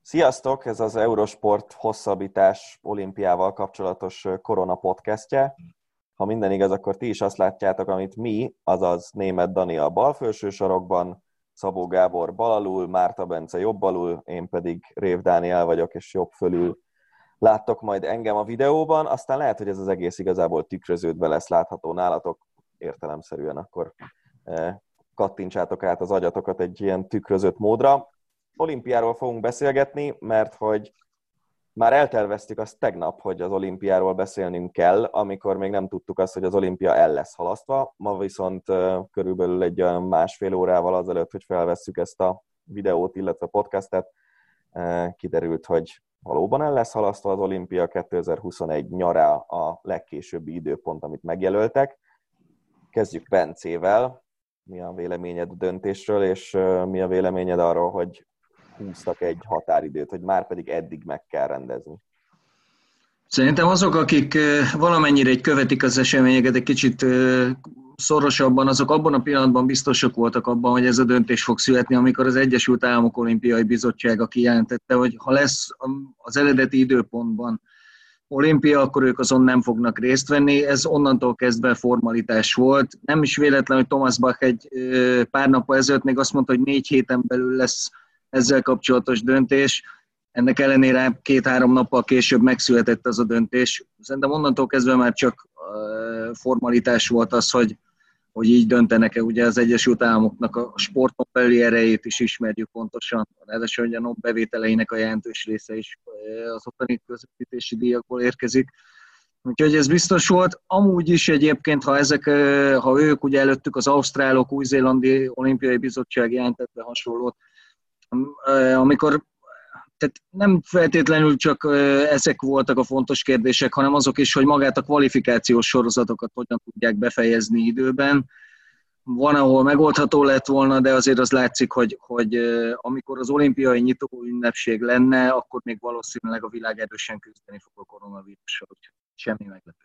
Sziasztok! Ez az Eurosport hosszabbítás olimpiával kapcsolatos korona podcastje. Ha minden igaz, akkor ti is azt látjátok, amit mi, azaz Németh Dani a bal felső sarokban, Szabó Gábor bal alul, Márta Bence jobb alul, én pedig Rév Dániel vagyok, és jobb fölül láttok majd engem a videóban. Aztán lehet, hogy ez az egész igazából tükröződve lesz látható nálatok, értelemszerűen akkor kattintsátok át az agyatokat egy ilyen tükrözött módra. Olimpiáról fogunk beszélgetni, mert hogy már elterveztük azt tegnap, hogy az olimpiáról beszélnünk kell, amikor még nem tudtuk azt, hogy az olimpia el lesz halasztva. Ma viszont körülbelül egy olyan másfél órával azelőtt, hogy felvesszük ezt a videót, illetve podcastet, kiderült, hogy valóban el lesz halasztva az olimpia 2021 nyará a legkésőbbi időpont, amit megjelöltek. Kezdjük Bencével. Mi a véleményed a döntésről, és mi a véleményed arról, hogy húztak egy határidőt, hogy már pedig eddig meg kell rendezni? Szerintem azok, akik valamennyire követik az eseményeket egy kicsit szorosabban, azok abban a pillanatban biztosak voltak abban, hogy ez a döntés fog születni, amikor az Egyesült Államok Olimpiai Bizottsága kijelentette, hogy ha lesz az eredeti időpontban olimpia, akkor ők azon nem fognak részt venni. Ez onnantól kezdve formalitás volt. Nem is véletlen, hogy Thomas Bach egy pár nappal ezelőtt még azt mondta, hogy 4 héten belül lesz ezzel kapcsolatos döntés. Ennek ellenére 2-3 nappal később megszületett az a döntés. Szerintem onnantól kezdve már csak formalitás volt az, hogy így döntenek-e. Ugye az Egyesült Államoknak a sporton belüli erejét is ismerjük pontosan. Ráadásul, hogy a NOB bevételeinek a jelentős része is az ottani közvetítési díjakból érkezik. Úgyhogy ez biztos volt. Amúgy is egyébként, ha ők ugye előttük az ausztrálok, új-zélandi olimpiai bizottság jelentett be hasonlót, amikor tehát nem feltétlenül csak ezek voltak a fontos kérdések, hanem azok is, hogy magát a kvalifikációs sorozatokat hogyan tudják befejezni időben. Van, ahol megoldható lett volna, de azért az látszik, hogy amikor az olimpiai nyitóünnepség lenne, akkor még valószínűleg a világ erősen küzdeni fog a koronavírussal, úgyhogy semmi meglepő.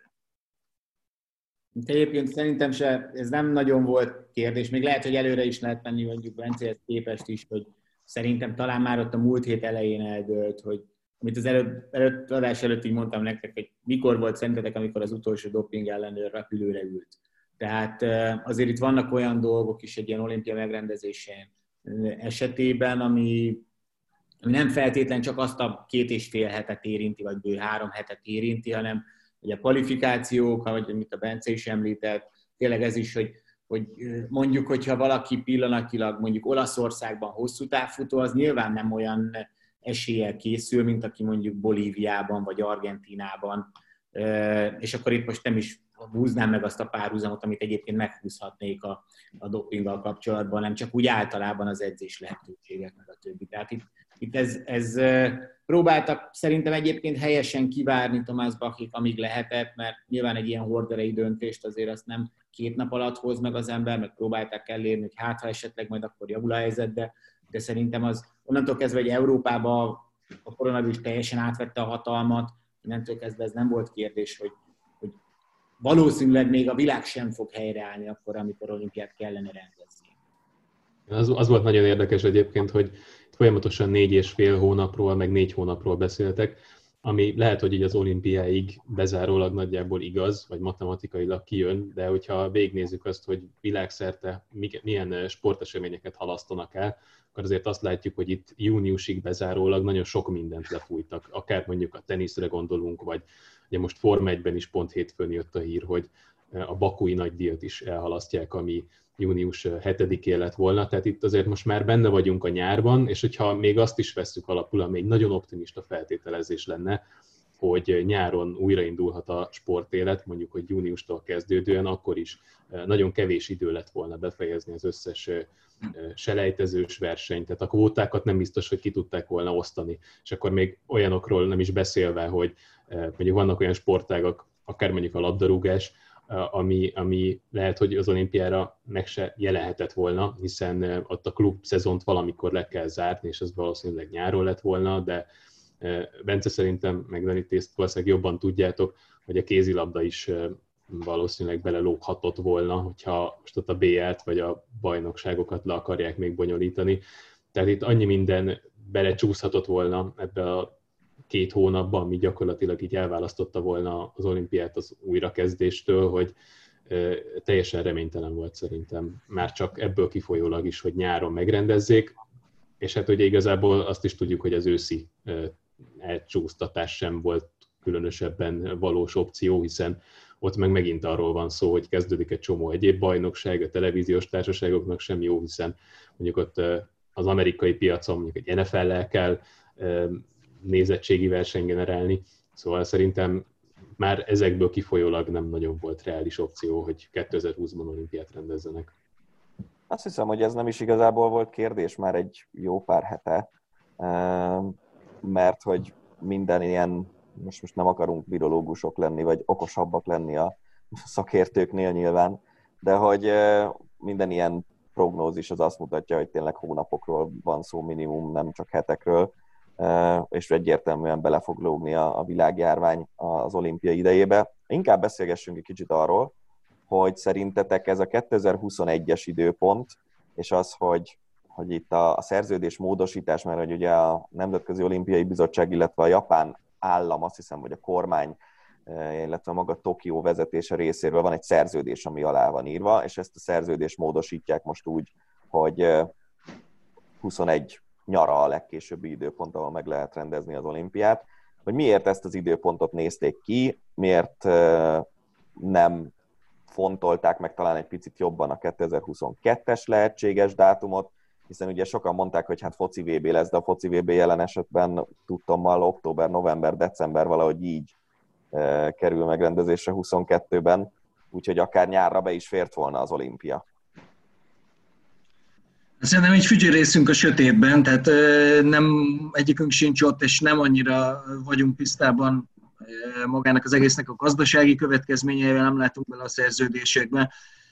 Egyébként szerintem ez nem nagyon volt kérdés, még lehet, hogy előre is lehet menni mondjuk Bencéhez képest is, hogy szerintem talán már ott a múlt hét elején eldőlt, hogy amit az adás előtt így mondtam nektek, hogy mikor volt szerintetek, amikor az utolsó doping ellenőr repülőre ült. Tehát azért itt vannak olyan dolgok is egy ilyen olimpia megrendezésén esetében, ami nem feltétlen csak azt a 2,5 hetet érinti, vagy bő 3 hetet érinti, hanem hogy a kvalifikációk, ahogy amit a Bence is említett, tényleg ez is, hogy mondjuk, hogyha valaki pillanatilag mondjuk Olaszországban hosszú távfutó, az nyilván nem olyan eséllyel készül, mint aki mondjuk Bolíviában vagy Argentínában, és akkor itt most nem is húznám meg azt a párhuzamot, amit egyébként meghúzhatnék a dopinggal kapcsolatban, nem csak úgy általában az edzés lehetőségek, meg a többi. Tehát itt ez próbáltak szerintem egyébként helyesen kivárni Thomas Bachig, amíg lehetett, mert nyilván egy ilyen horderei döntést azért azt nem 2 nap alatt hoz meg az ember, meg próbálták elérni, hogy hát ha esetleg majd akkor javul a helyzet, de szerintem az onnantól kezdve, hogy Európában a koronavírus teljesen átvette a hatalmat, innentől kezdve ez nem volt kérdés, hogy valószínűleg még a világ sem fog helyreállni akkor, amikor olimpiát kellene rendezni. Az volt nagyon érdekes egyébként, hogy folyamatosan 4,5 hónapról, meg 4 hónapról beszéltek, ami lehet, hogy így az olimpiáig bezárólag nagyjából igaz, vagy matematikailag kijön, de hogyha végignézzük azt, hogy világszerte milyen sporteseményeket halasztanak el, akkor azért azt látjuk, hogy itt júniusig bezárólag nagyon sok mindent lefújtak. Akár mondjuk a teniszre gondolunk, vagy ugye most Forma 1-ben is pont hétfőn jött a hír, hogy a bakui nagydíjat is elhalasztják, ami június 7-én lett volna, tehát itt azért most már benne vagyunk a nyárban, és hogyha még azt is vesszük alapul, ami egy nagyon optimista feltételezés lenne, hogy nyáron újraindulhat a sportélet, mondjuk, hogy júniustól kezdődően, akkor is nagyon kevés idő lett volna befejezni az összes selejtezős versenyt, tehát a kvótákat nem biztos, hogy ki tudták volna osztani, és akkor még olyanokról nem is beszélve, hogy mondjuk vannak olyan sportágak, akár mondjuk a labdarúgás, ami lehet, hogy az olimpiára meg se jelenhetett volna, hiszen ott a klub szezont valamikor le kell zárni, és ez valószínűleg nyáron lett volna, de Bence szerintem, meg Dani, valószínűleg jobban tudjátok, hogy a kézilabda is valószínűleg belelóghatott volna, hogyha most ott a BL-t vagy a bajnokságokat le akarják még bonyolítani. Tehát itt annyi minden belecsúszhatott volna ebbe a 2 hónapban, ami gyakorlatilag így elválasztotta volna az olimpiát az újrakezdéstől, hogy teljesen reménytelen volt szerintem, már csak ebből kifolyólag is, hogy nyáron megrendezzék, és hát ugye igazából azt is tudjuk, hogy az őszi elcsúsztatás sem volt különösebben valós opció, hiszen ott meg megint arról van szó, hogy kezdődik egy csomó egyéb bajnokság, a televíziós társaságoknak sem jó, hiszen mondjuk ott az amerikai piacon mondjuk egy NFL-lel kell nézettségi verseny generálni, szóval szerintem már ezekből kifolyólag nem nagyon volt reális opció, hogy 2020-ban olimpiát rendezzenek. Azt hiszem, hogy ez nem is igazából volt kérdés már egy jó pár hete, mert hogy minden ilyen, most nem akarunk virológusok lenni, vagy okosabbak lenni a szakértőknél nyilván, de hogy minden ilyen prognózis az azt mutatja, hogy tényleg hónapokról van szó minimum, nem csak hetekről, és egyértelműen bele fog lógni a világjárvány az olimpia idejébe. Inkább beszélgessünk egy kicsit arról, hogy szerintetek ez a 2021-es időpont, és az, hogy itt a szerződés módosítás, mert hogy ugye a Nemzetközi Olimpiai Bizottság, illetve a japán állam, azt hiszem, hogy a kormány, illetve maga Tokió vezetése részéről van egy szerződés, ami alá van írva, és ezt a szerződést módosítják most úgy, hogy 21 nyara a legkésőbbi időpont, ahol meg lehet rendezni az olimpiát. Hogy miért ezt az időpontot nézték ki, miért nem fontolták meg talán egy picit jobban a 2022-es lehetséges dátumot, hiszen ugye sokan mondták, hogy hát foci VB lesz, de a foci VB jelen esetben tudtommal október, november, december valahogy így kerül megrendezésre 22-ben, úgyhogy akár nyárra be is fért volna az olimpia. Szerintem egy fütyörészünk a sötétben, tehát nem egyikünk sincs ott, és nem annyira vagyunk tisztában magának az egésznek a gazdasági következményeivel, nem látunk bele a szerződésekbe,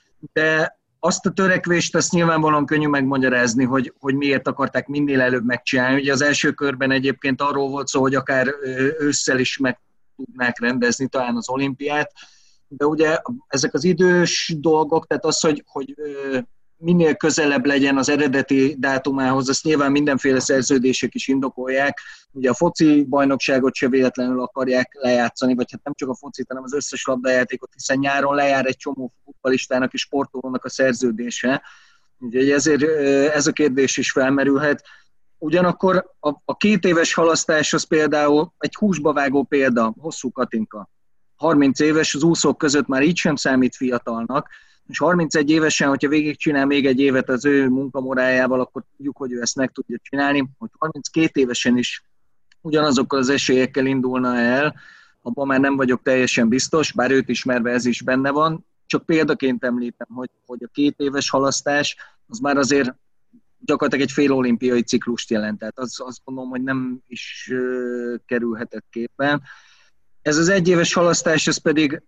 de azt a törekvést, azt nyilvánvalóan könnyű megmagyarázni, hogy miért akarták minél előbb megcsinálni. Ugye az első körben egyébként arról volt szó, hogy akár ősszel is meg tudnák rendezni talán az olimpiát, de ugye ezek az idős dolgok, tehát az, hogy minél közelebb legyen az eredeti dátumához, azt nyilván mindenféle szerződések is indokolják. Ugye a foci bajnokságot se véletlenül akarják lejátszani, vagy hát nem csak a focit, hanem az összes labdajátékot, hiszen nyáron lejár egy csomó futballistának és sportolónak a szerződése. Úgyhogy ezért ez a kérdés is felmerülhet. Ugyanakkor a 2 éves halasztás az például egy húsba vágó példa, Hosszú Katinka. 30 éves, az úszók között már így sem számít fiatalnak, és 31 évesen, hogyha végigcsinál még egy évet az ő munkamorájával, akkor tudjuk, hogy ő ezt meg tudja csinálni. Hogy 32 évesen is ugyanazokkal az esélyekkel indulna el, abban már nem vagyok teljesen biztos, bár őt ismerve ez is benne van. Csak példaként említem, hogy a 2 éves halasztás az már azért gyakorlatilag egy fél olimpiai ciklust jelent. Tehát azt gondolom, hogy nem is kerülhetett képben. Ez az 1 éves halasztás, ez pedig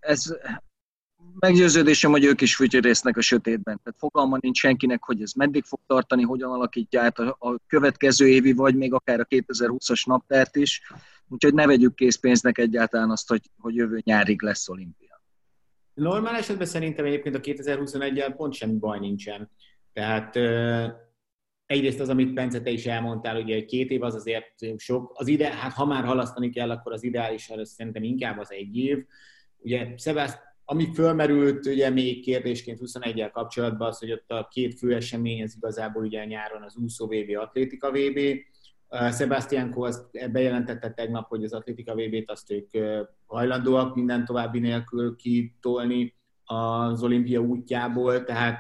meggyőződésem, hogy ők is fütyörésznek a sötétben. Tehát fogalma nincs senkinek, hogy ez meddig fog tartani, hogyan alakítja át a következő évi, vagy még akár a 2020-as naptárt is. Úgyhogy ne vegyük készpénznek egyáltalán azt, hogy jövő nyárig lesz olimpia. Normál esetben szerintem egyébként a 2021-jel pont semmi baj nincsen. Tehát egyrészt az, amit Bence, te is elmondtál, ugye 2 év az azért sok. Hát ha már halasztani kell, akkor az ideális, szerintem inkább az 1 év. Ugye ami fölmerült ugye még kérdésként 21-jel kapcsolatban az, hogy ott a 2 fő esemény, ez igazából ugye nyáron az úszó VB, atlétika VB. Sebastian Coe azt bejelentette tegnap, hogy az atlétika VB-t azt ők hajlandóak minden további nélkül kitolni az olimpia útjából, tehát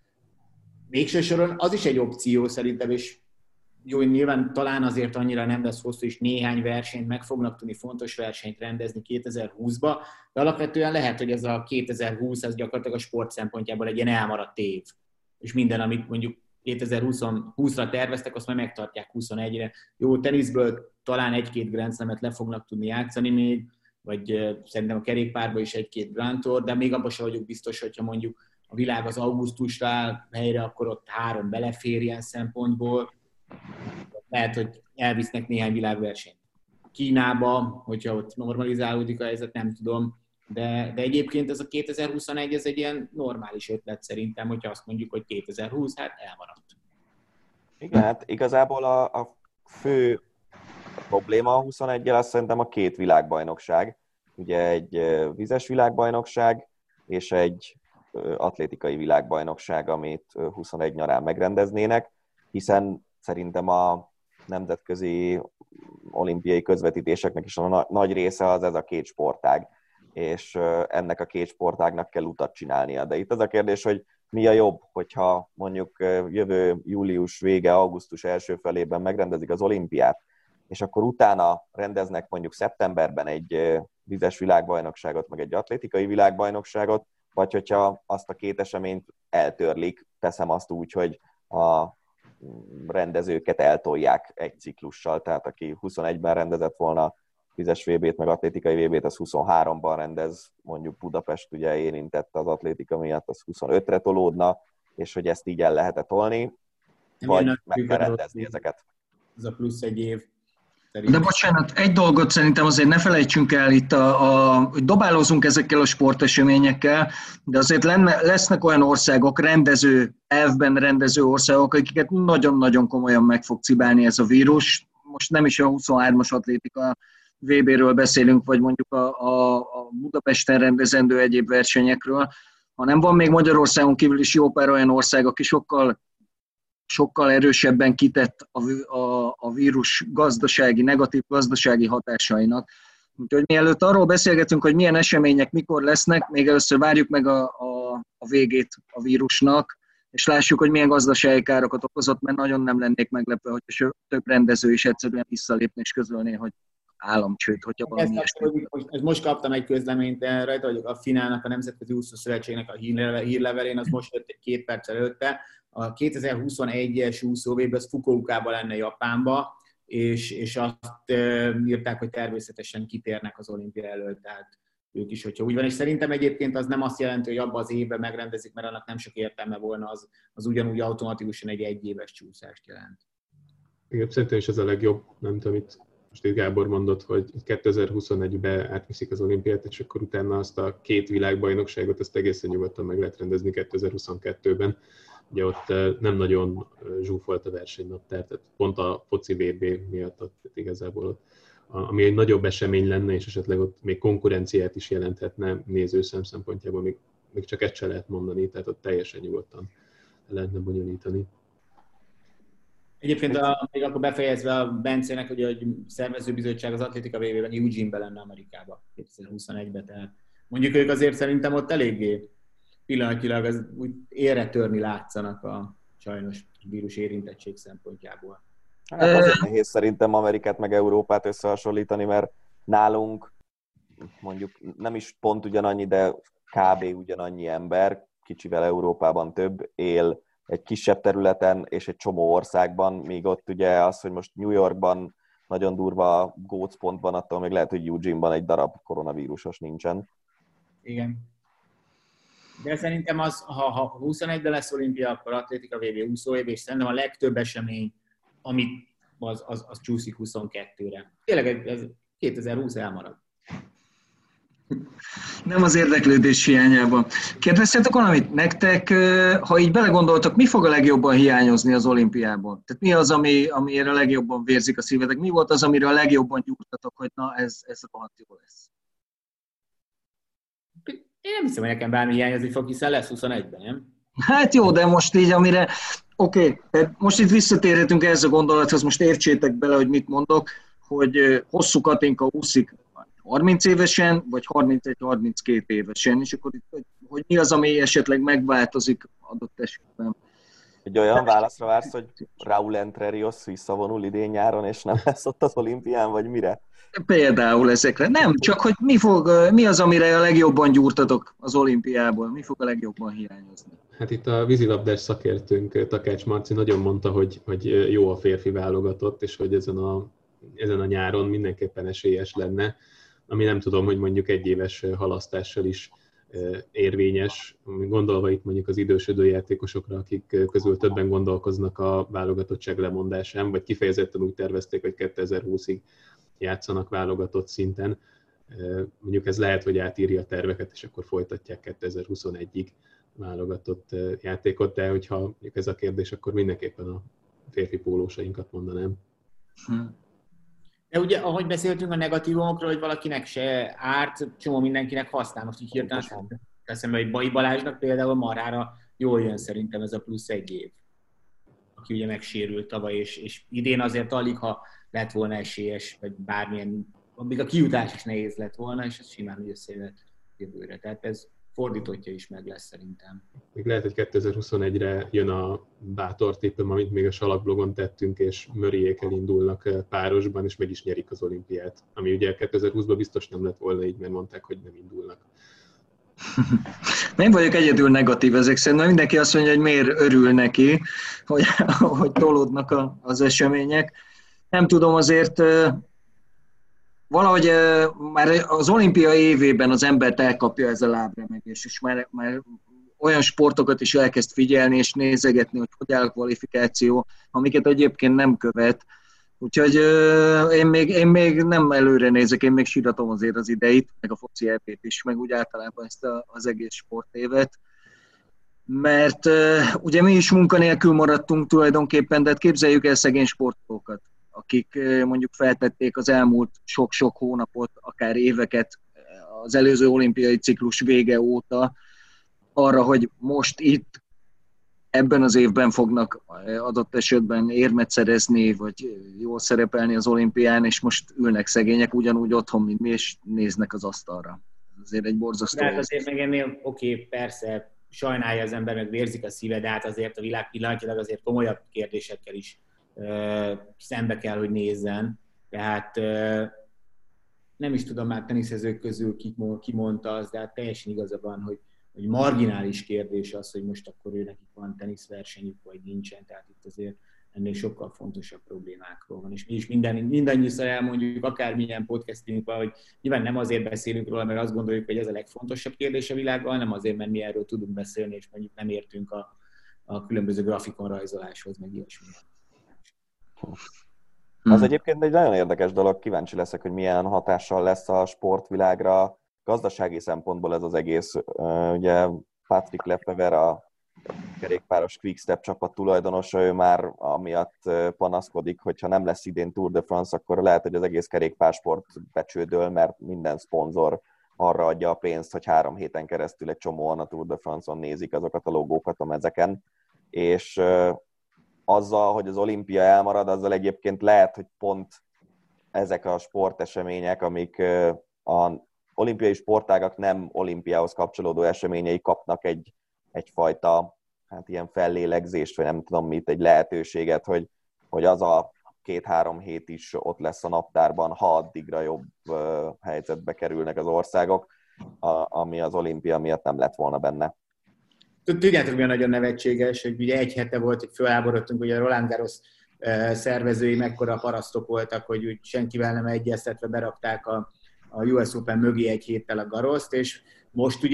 végső soron az is egy opció szerintem, és jó, nyilván talán azért annyira nem lesz hosszú, és néhány versenyt meg fognak tudni, fontos versenyt rendezni 2020-ba, de alapvetően lehet, hogy ez a 2020 az gyakorlatilag a sport szempontjából egy ilyen elmaradt év. És minden, amit mondjuk 2020-ra terveztek, azt majd megtartják 21-re. Jó, teniszből talán 1-2 Grand Slamet le fognak tudni játszani még, vagy szerintem a kerékpárban is 1-2 Grand Tour, de még abban sem vagyok biztos, hogyha mondjuk a világ az augusztusra áll helyre, akkor ott 3 belefér ilyen szempontból. Lehet, hogy elvisznek néhány világversenyt Kínába, hogyha ott normalizálódik a helyzet, nem tudom. De egyébként ez a 2021, ez egy ilyen normális ötlet szerintem, hogyha azt mondjuk, hogy 2020, hát elmaradt. Igen, hát igazából a fő probléma a 21-jel azt szerintem a két világbajnokság. Ugye egy vizes világbajnokság és egy atlétikai világbajnokság, amit 21 nyarán megrendeznének, hiszen szerintem a nemzetközi olimpiai közvetítéseknek is a nagy része az ez a két sportág, és ennek a két sportágnak kell utat csinálnia. De itt az a kérdés, hogy mi a jobb, hogyha mondjuk jövő július vége, augusztus első felében megrendezik az olimpiát, és akkor utána rendeznek mondjuk szeptemberben egy vizes világbajnokságot, meg egy atlétikai világbajnokságot, vagy hogyha azt a két eseményt eltörlik, teszem azt úgy, hogy a rendezőket eltolják egy ciklussal, tehát aki 21-ben rendezett volna vizes VB-t, meg atlétikai VB-t, az 23-ban rendez, mondjuk Budapest ugye érintett az atlétika miatt, az 25-re tolódna, és hogy ezt így el lehet tolni, vagy meg kell rendezni ezeket. Ez a plusz egy év. De bocsánat, egy dolgot szerintem azért ne felejtsünk el itt, hogy dobálózunk ezekkel a sporteseményekkel, de azért lesznek olyan országok, elvben rendező országok, akiket nagyon-nagyon komolyan meg fog cibálni ez a vírus. Most nem is a 23-as atlétika VB-ről beszélünk, vagy mondjuk a Budapesten rendezendő egyéb versenyekről, hanem van még Magyarországon kívül is jó pár olyan ország, aki sokkal erősebben kitett a vírus negatív gazdasági hatásainak. Úgyhogy mielőtt arról beszélgetünk, hogy milyen események mikor lesznek, még először várjuk meg a végét a vírusnak, és lássuk, hogy milyen gazdasági károkat okozott, mert nagyon nem lennék meglepve, hogy több rendező is egyszerűen visszalépne és közölné, hogy államcsőd, hogyha valami ilyesmi. Most kaptam egy közleményt, rajta vagyok a FINA-nak, a Nemzetközi Úszószövetségnek a hírlevelén, az most jött 2 perc előtte. A 2021-es úszó-VB az Fukuokában lenne Japánba, és azt írták, hogy természetesen kitérnek az olimpia előtt, tehát ők is, hogyha úgy van. És szerintem egyébként az nem azt jelenti, hogy abban az évben megrendezik, mert annak nem sok értelme volna, az ugyanúgy automatikusan egy egyéves csúszást jelent. Igen, szerintem is ez a legjobb, nem tudom, most itt Gábor mondott, hogy 2021-ben átviszik az olimpiát, és akkor utána azt a 2 világbajnokságot, ezt egészen nyugodtan meg lehet rendezni 2022-ben. Ugye ott nem nagyon zsúfolt a versenynaptár, tehát pont a foci VB miatt ott igazából ott, ami egy nagyobb esemény lenne, és esetleg ott még konkurenciát is jelenthetne nézőszem szempontjából, még csak ezt se lehet mondani, tehát ott teljesen nyugodtan lehetne bonyolítani. Egyébként még akkor befejezve a Bencének, hogy a szervezőbizottság az atlétika VB-ben Eugene-ben lenne Amerikába 2021-ben, tehát mondjuk ők azért szerintem ott eléggé pillanatilag az úgy érre törni látszanak a sajnos vírus érintettség szempontjából. Hát azért nehéz szerintem Amerikát meg Európát összehasonlítani, mert nálunk mondjuk nem is pont ugyanannyi, de kb. Ugyanannyi ember, kicsivel Európában több, él egy kisebb területen és egy csomó országban, míg ott ugye az, hogy most New Yorkban nagyon durva gócpontban, attól még lehet, hogy Eugene-ban egy darab koronavírusos nincsen. Igen. De szerintem ha 21-ben lesz olimpia, akkor atlétika VB, úszó VB, és szerintem a legtöbb esemény, amit az csúszik 22-re. Tényleg ez 2020 elmarad. Nem az érdeklődés hiányában. Kérdeztetek valamit? Nektek, ha így belegondoltok, mi fog a legjobban hiányozni az olimpiából? Tehát mi az, amire a legjobban vérzik a szívetek? Mi volt az, amire a legjobban gyújtatok, hogy na, ez rohadt jó lesz? Én nem hiszem, hogy nekem bármi hiányozni fog, hiszen lesz 21-ben, nem? Hát jó, de most így, amire... Oké, most itt visszatérhetünk ehhez a gondolathoz, most értsétek bele, hogy mit mondok, hogy Hosszú Katinka úszik 30 évesen, vagy 31-32 évesen, és akkor hogy mi az, ami esetleg megváltozik adott esetben. Egy olyan válaszra vársz, hogy Raúl Entrerrios visszavonul idén nyáron, és nem lesz ott az olimpián, vagy mire? Például ezekre. Nem, csak hogy mi az, amire a legjobban gyúrtatok az olimpiából? Mi fog a legjobban hiányozni? Hát itt a vízilabdás szakértőnk, Takács Marci nagyon mondta, hogy jó a férfi válogatott, és hogy ezen a nyáron mindenképpen esélyes lenne, ami nem tudom, hogy mondjuk egyéves halasztással is érvényes, gondolva itt mondjuk az idősödő játékosokra, akik közül többen gondolkoznak a válogatottság lemondásán, vagy kifejezetten úgy tervezték, hogy 2020-ig játszanak válogatott szinten. Mondjuk ez lehet, hogy átírja a terveket, és akkor folytatják 2021-ig válogatott játékot, de hogyha ez a kérdés, akkor mindenképpen a férfi pólósainkat mondanám. De ugye, ahogy beszéltünk a negatívumokról, hogy valakinek se árt, csomó mindenkinek használ. Most így hirtelen eszembe, hogy Bai Balázsnak például marhára jól jön szerintem ez a plusz egy év, aki ugye megsérült tavaly, és idén azért alig, ha lett volna esélyes, vagy bármilyen, még a kijutás is nehéz lett volna, és ez simán úgy összejött jövőre. Tehát ez fordítottja is meg lesz szerintem. Még lehet, hogy 2021-re jön a bátor tippem, amit még a salakblogon tettünk, és Murrayék indulnak párosban, és meg is nyerik az olimpiát. Ami ugye 2020-ban biztos nem lett volna így, mert mondták, hogy nem indulnak. Nem vagyok egyedül negatív ezek szerint, mert mindenki azt mondja, hogy miért örül neki, hogy tolódnak az események. Nem tudom, azért valahogy már az olimpia évében az embert elkapja ez a lábremegés, és már olyan sportokat is elkezd figyelni és nézegetni, hogy áll a kvalifikáció, amiket egyébként nem követ. Úgyhogy én még nem előre nézek, én még síratom azért az ideit, meg a foci EP-t is, meg úgy általában ezt az egész sportévet. Mert ugye mi is munkanélkül maradtunk tulajdonképpen, de képzeljük el szegény sportolókat, akik mondjuk feltették az elmúlt sok-sok hónapot, akár éveket az előző olimpiai ciklus vége óta arra, hogy most itt ebben az évben fognak adott esetben érmet szerezni, vagy jól szerepelni az olimpián, és most ülnek szegények ugyanúgy otthon, mint mi, és néznek az asztalra. Azért egy borzasztó. De hát azért meg ennél, persze, sajnálja az ember, meg vérzik a szíve, de hát azért a világ pillanatilag azért komolyabb kérdésekkel is szembe kell, hogy nézzen. Tehát nem is tudom már teniszezők közül ki mondta az, de hát teljesen igaza van, hogy marginális kérdés az, hogy most akkor ő nekik van teniszversenyük, vagy nincsen. Tehát itt azért ennél sokkal fontosabb problémákról van. És mi is mindannyiszor elmondjuk, akármilyen podcastünk van, hogy nyilván nem azért beszélünk róla, mert azt gondoljuk, hogy ez a legfontosabb kérdés a világban, hanem azért, mert mi erről tudunk beszélni, és mondjuk nem értünk a különböző grafikonrajzoláshoz, meg ilyesmi. Az egyébként egy nagyon érdekes dolog, kíváncsi leszek, hogy milyen hatással lesz a sportvilágra gazdasági szempontból ez az egész. Ugye Patrick Lefever, a kerékpáros Quickstep csapat tulajdonosa, ő már amiatt panaszkodik, hogyha nem lesz idén Tour de France, akkor lehet, hogy az egész kerékpársport becsődöl, mert minden szponzor arra adja a pénzt, hogy 3 héten keresztül egy csomóan a Tour de France-on nézik azokat a logókat a mezeken, és azzal, hogy az olimpia elmarad, azzal egyébként lehet, hogy pont ezek a sportesemények, amik a olimpiai sportágak nem olimpiához kapcsolódó eseményei kapnak egyfajta hát ilyen fellélegzést, vagy nem tudom mit, egy lehetőséget, hogy az a 2-3 hét is ott lesz a naptárban, ha addigra jobb helyzetbe kerülnek az országok, ami az olimpia miatt nem lett volna benne. Tudjátok, milyen nagyon nevetséges, hogy ugye egy hete volt, hogy fölháborodtunk, hogy a Roland Garros szervezői mekkora parasztok voltak, hogy úgy senkivel nem egyeztetve berakták a US Open mögé egy héttel a Garrost, és most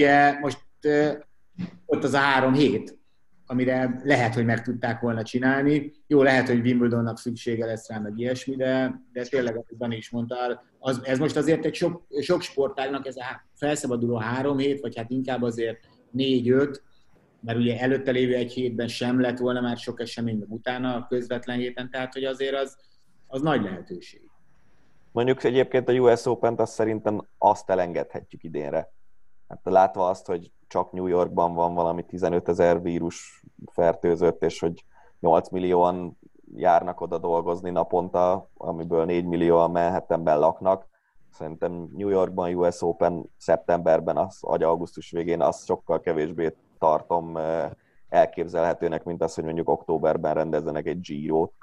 ott az a 3 hét, amire lehet, hogy meg tudták volna csinálni. Jó, lehet, hogy Wimbledonnak szüksége lesz rá, meg ilyesmi, de tényleg, ahogy Dani is mondta, ez most azért egy sok sportágnak ez a felszabaduló 3 hét, vagy hát inkább azért 4-5, mert ugye előtte lévő egy hétben sem lett volna már sok esemény, meg utána a közvetlen héten, tehát hogy azért az nagy lehetőség. Mondjuk egyébként a US Open-t azt szerintem azt elengedhetjük idénre. Hát látva azt, hogy csak New Yorkban van valami 15 000 vírus fertőzött, és hogy 8 millióan járnak oda dolgozni naponta, amiből 4 millióan Manhattanben laknak. Szerintem New Yorkban US Open szeptemberben, vagy augusztus végén azt sokkal kevésbé tartom elképzelhetőnek, mint az, hogy mondjuk októberben rendezzenek egy Girot.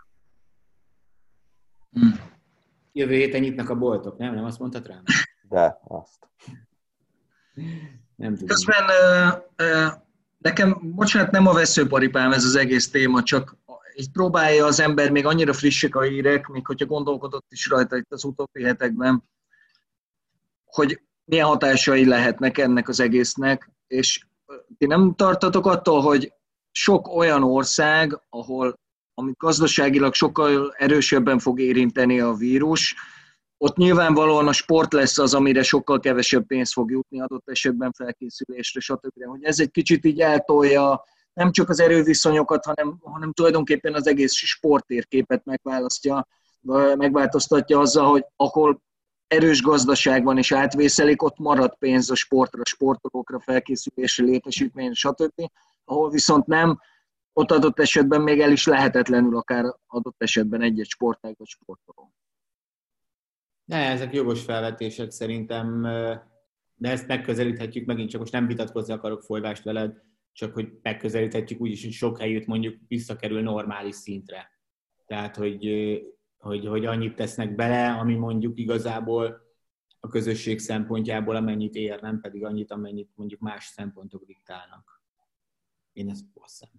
Jövő héten nyitnak a boltok, nem? Nem azt mondtad rám? De azt. Nem tudom. Közben nekem, bocsánat, nem a veszőparipám ez az egész téma, csak így próbálja az ember, még annyira frissek a hírek, még hogyha gondolkodott is rajta itt az utóbbi hetekben, hogy milyen hatásai lehetnek ennek az egésznek, és ti nem tartatok attól, hogy sok olyan ország, amit gazdaságilag sokkal erősebben fog érinteni a vírus, ott nyilvánvalóan a sport lesz az, amire sokkal kevesebb pénz fog jutni adott esetben felkészülésre, stb. Hogy ez egy kicsit így eltolja nem csak az erőviszonyokat, hanem tulajdonképpen az egész sporttérképet megválasztja. megváltoztatja azzal, hogy ahol erős gazdaság van és átvészelik, ott marad pénz a sportra, sportolókra, felkészülésre, létesítményre, stb. Ahol viszont nem, ott adott esetben még el is lehetetlenül akár adott esetben egy-egy sportág vagy sportoló. Ezek jogos felvetések szerintem, de ezt megközelíthetjük, megint csak most nem vitatkozni akarok Folyvást veled, csak hogy megközelíthetjük úgy is, hogy sok helyütt mondjuk visszakerül normális szintre. Tehát, hogy annyit tesznek bele, ami mondjuk igazából a közösség szempontjából amennyit ér, nem pedig annyit, amennyit mondjuk más szempontok diktálnak. Én ezt hozzám.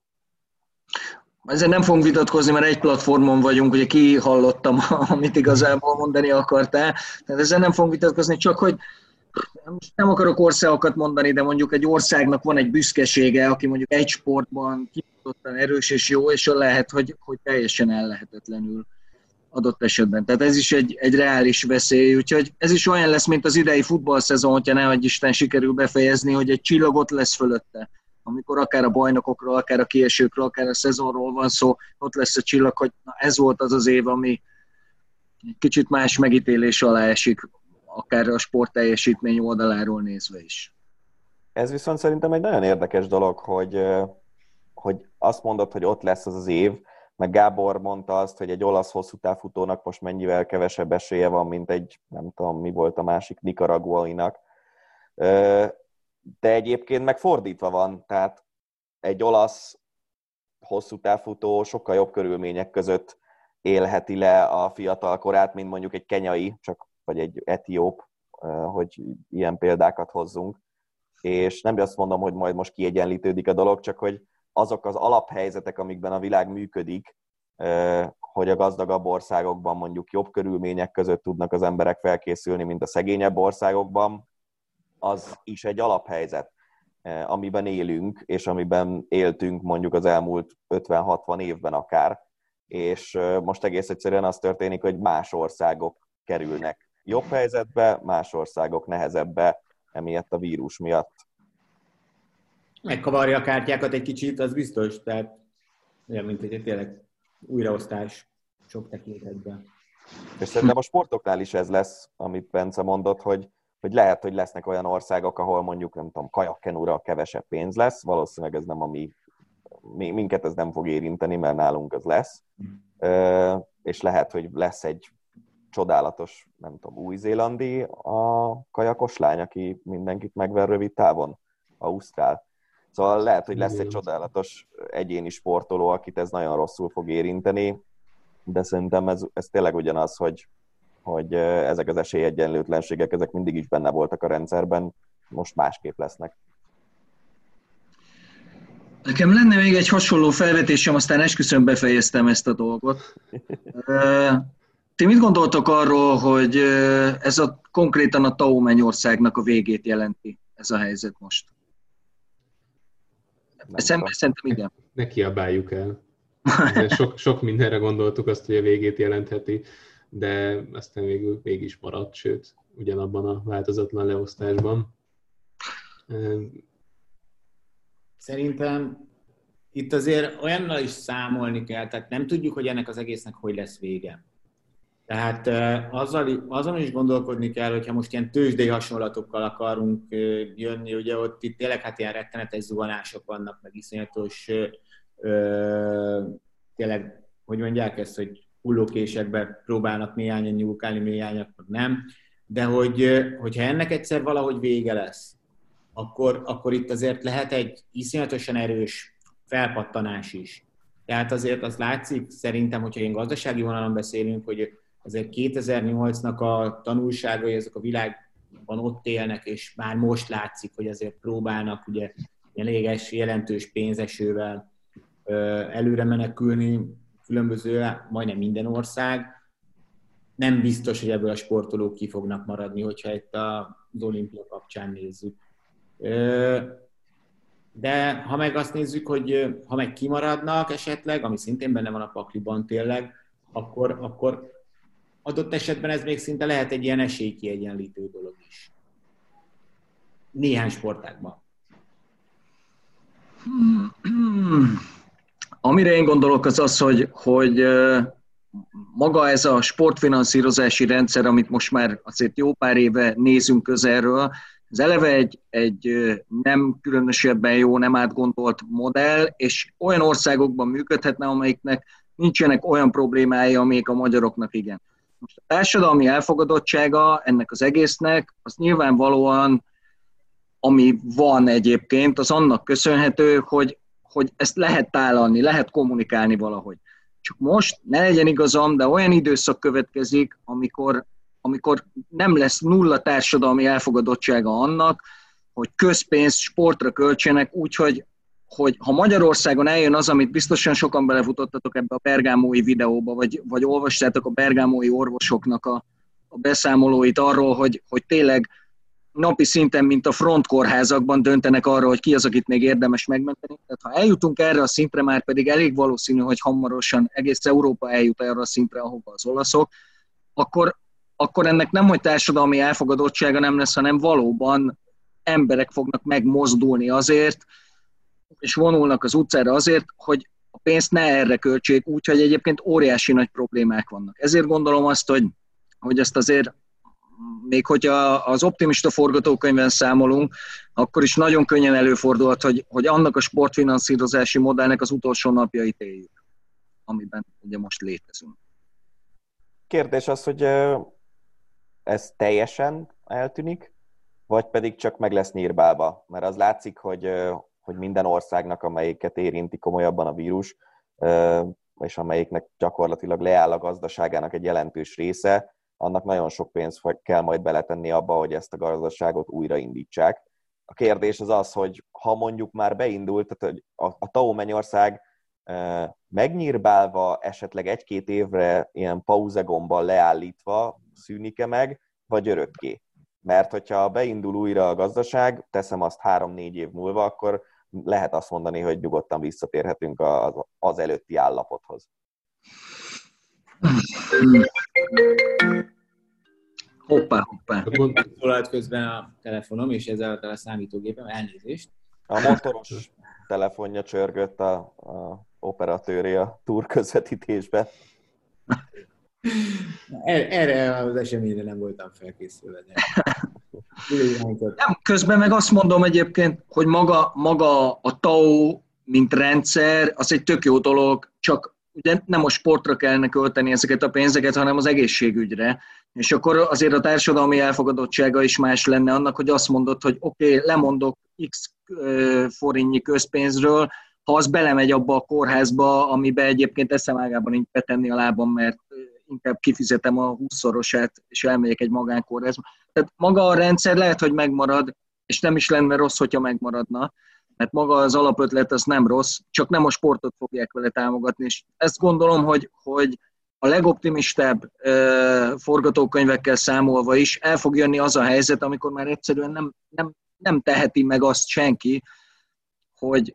Ezzel nem fogunk vitatkozni, mert egy platformon vagyunk, ugye kihallottam, amit igazából mondani akartál. Tehát ezzel nem fogunk vitatkozni, csak hogy most nem akarok országokat mondani, de mondjuk egy országnak van egy büszkesége, aki mondjuk egy sportban kimondottan erős és jó, és lehet, hogy teljesen ellehetetlenül adott esetben. Tehát ez is egy reális veszély, úgyhogy ez is olyan lesz, mint az idei futballszezon, hogyha nehogy Isten sikerül befejezni, hogy egy csillag ott lesz fölötte. Amikor akár a bajnokokról, akár a kiesőkről, akár a szezonról van szó, ott lesz a csillag, hogy na ez volt az az év, ami egy kicsit más megítélés alá esik, akár a sportteljesítmény oldaláról nézve is. Ez viszont szerintem egy nagyon érdekes dolog, hogy azt mondod, hogy ott lesz az az év, meg Gábor mondta azt, hogy egy olasz hosszútávfutónak most mennyivel kevesebb esélye van, mint egy, nem tudom, mi volt a másik, nicaraguainak. De egyébként meg fordítva van, tehát egy olasz hosszútávfutó sokkal jobb körülmények között élheti le a fiatal korát, mint mondjuk egy kenyai, vagy egy etióp, hogy ilyen példákat hozzunk. És nem azt mondom, hogy majd most kiegyenlítődik a dolog, csak hogy azok az alaphelyzetek, amikben a világ működik, hogy a gazdagabb országokban mondjuk jobb körülmények között tudnak az emberek felkészülni, mint a szegényebb országokban, az is egy alaphelyzet, amiben élünk, és amiben éltünk mondjuk az elmúlt 50-60 évben akár. És most egész egyszerűen az történik, hogy más országok kerülnek jobb helyzetbe, más országok nehezebbe, emiatt a vírus miatt. Megkavarja a kártyákat egy kicsit, az biztos, tehát olyan, mint egy tényleg újraosztás sok tekintetben. És szerintem a sportoknál is ez lesz, amit Bence mondott, hogy lehet, hogy lesznek olyan országok, ahol mondjuk, nem tudom, kajakkenúra kevesebb pénz lesz, valószínűleg ez nem minket ez nem fog érinteni, mert nálunk az lesz. És lehet, hogy lesz egy csodálatos, nem tudom, új-zélandi a kajakos lány, aki mindenkit megver rövid távon, ausztrál. Szóval lehet, hogy lesz egy csodálatos egyéni sportoló, akit ez nagyon rosszul fog érinteni, de szerintem ez tényleg ugyanaz, hogy ezek az esélyegyenlőtlenségek, ezek mindig is benne voltak a rendszerben, most másképp lesznek. Nekem lenne még egy hasonló felvetésem, aztán esküszöm befejeztem ezt a dolgot. Ti mit gondoltok arról, hogy ez konkrétan a TAO mennyországnak a végét jelenti ez a helyzet most? Szerintem igen. Ne kiabáljuk el. Sok mindenre gondoltuk azt, hogy a végét jelentheti, de aztán végül is maradt, sőt, ugyanabban a változatlan leosztásban. Szerintem itt azért olyannal is számolni kell, tehát nem tudjuk, hogy ennek az egésznek hogy lesz vége. Tehát azon is gondolkodni kell, hogyha most ilyen tőzsdei hasonlatokkal akarunk jönni, ugye ott itt tényleg hát ilyen rettenetes zuhanások vannak, meg iszonyatos, tényleg, hogy mondják ezt, hogy hullókésekbe próbálnak néhányan nyúlkálni, néhányak meg nem, de hogyha ennek egyszer valahogy vége lesz, akkor itt azért lehet egy iszonyatosan erős felpattanás is. Tehát azért az látszik, szerintem, hogyha ilyen gazdasági vonalon beszélünk, hogy azért 2008-nak a tanulságai, azok a világban ott élnek, és már most látszik, hogy azért próbálnak ugye elég jelentős pénzesővel előre menekülni, különböző, majdnem minden ország. Nem biztos, hogy ebből a sportolók ki fognak maradni, hogyha itt az olimpia kapcsán nézzük. De ha meg azt nézzük, hogy ha meg kimaradnak esetleg, ami szintén benne van a pakliban tényleg, akkor adott esetben ez még szinte lehet egy ilyen esélykiegyenlítő dolog is. Néhány sportágban. Amire én gondolok, az az, hogy maga ez a sportfinanszírozási rendszer, amit most már azért jó pár éve nézünk közelről, ez eleve egy nem különösebben jó, nem átgondolt modell, és olyan országokban működhetne, amelyiknek nincsenek olyan problémái, amik a magyaroknak igen. Most a társadalmi elfogadottsága ennek az egésznek, az nyilvánvalóan, ami van egyébként, az annak köszönhető, hogy ezt lehet tálalni, lehet kommunikálni valahogy. Csak most ne legyen igazam, de olyan időszak következik, amikor nem lesz nulla társadalmi elfogadottsága annak, hogy közpénzt sportra költsenek, úgyhogy ha Magyarországon eljön az, amit biztosan sokan belefutottatok ebbe a bergámói videóba, vagy olvastátok a bergámói orvosoknak a beszámolóit arról, hogy tényleg napi szinten, mint a frontkórházakban döntenek arra, hogy ki az, akit még érdemes megmenteni. Tehát ha eljutunk erre a szintre, már pedig elég valószínű, hogy hamarosan egész Európa eljut erre a szintre, ahova az olaszok, akkor ennek nem, hogy társadalmi elfogadottsága nem lesz, hanem valóban emberek fognak megmozdulni azért, és vonulnak az utcára azért, hogy a pénzt ne erre költsék, úgyhogy egyébként óriási nagy problémák vannak. Ezért gondolom azt, hogy ezt azért, még hogyha az optimista forgatókönyvben számolunk, akkor is nagyon könnyen előfordulhat, hogy annak a sportfinanszírozási modellnek az utolsó napjait éljük, amiben ugye most létezünk. Kérdés az, hogy ez teljesen eltűnik, vagy pedig csak meg lesz nyírbálva? Mert az látszik, hogy minden országnak, amelyiket érinti komolyabban a vírus, és amelyiknek gyakorlatilag leáll a gazdaságának egy jelentős része, annak nagyon sok pénzt kell majd beletenni abba, hogy ezt a gazdaságot újraindítsák. A kérdés az, hogy ha mondjuk már beindult, tehát a TAO Mennyország megnyírbálva, esetleg 1-2 évre ilyen pauzegombbal leállítva szűnik-e meg, vagy örökké? Mert hogyha beindul újra a gazdaság, teszem azt 3-4 év múlva, akkor lehet azt mondani, hogy nyugodtan visszatérhetünk az előtti állapothoz. Hoppá. Szólalt közben a telefonom, és ezáltal a számítógépem, elnézést. A motoros telefonja csörgött a operatőré a túr közvetítésben. Erre az eseményre nem voltam felkészülve. Nem, közben meg azt mondom egyébként, hogy maga a TAO, mint rendszer, az egy tök jó dolog, csak ugye nem a sportra kellene költeni ezeket a pénzeket, hanem az egészségügyre. És akkor azért a társadalmi elfogadottsága is más lenne annak, hogy azt mondod, hogy oké, lemondok X forintnyi közpénzről, ha az belemegy abba a kórházba, amiben egyébként eszemágában nincs betenni a lábam, mert inkább kifizetem a 20-szorosát, és elmegyek egy magánkórházba. Tehát maga a rendszer lehet, hogy megmarad, és nem is lenne rossz, hogyha megmaradna, mert maga az alapötlet az nem rossz, csak nem a sportot fogják vele támogatni. És ezt gondolom, hogy a legoptimistább forgatókönyvekkel számolva is el fog jönni az a helyzet, amikor már egyszerűen nem teheti meg azt senki, hogy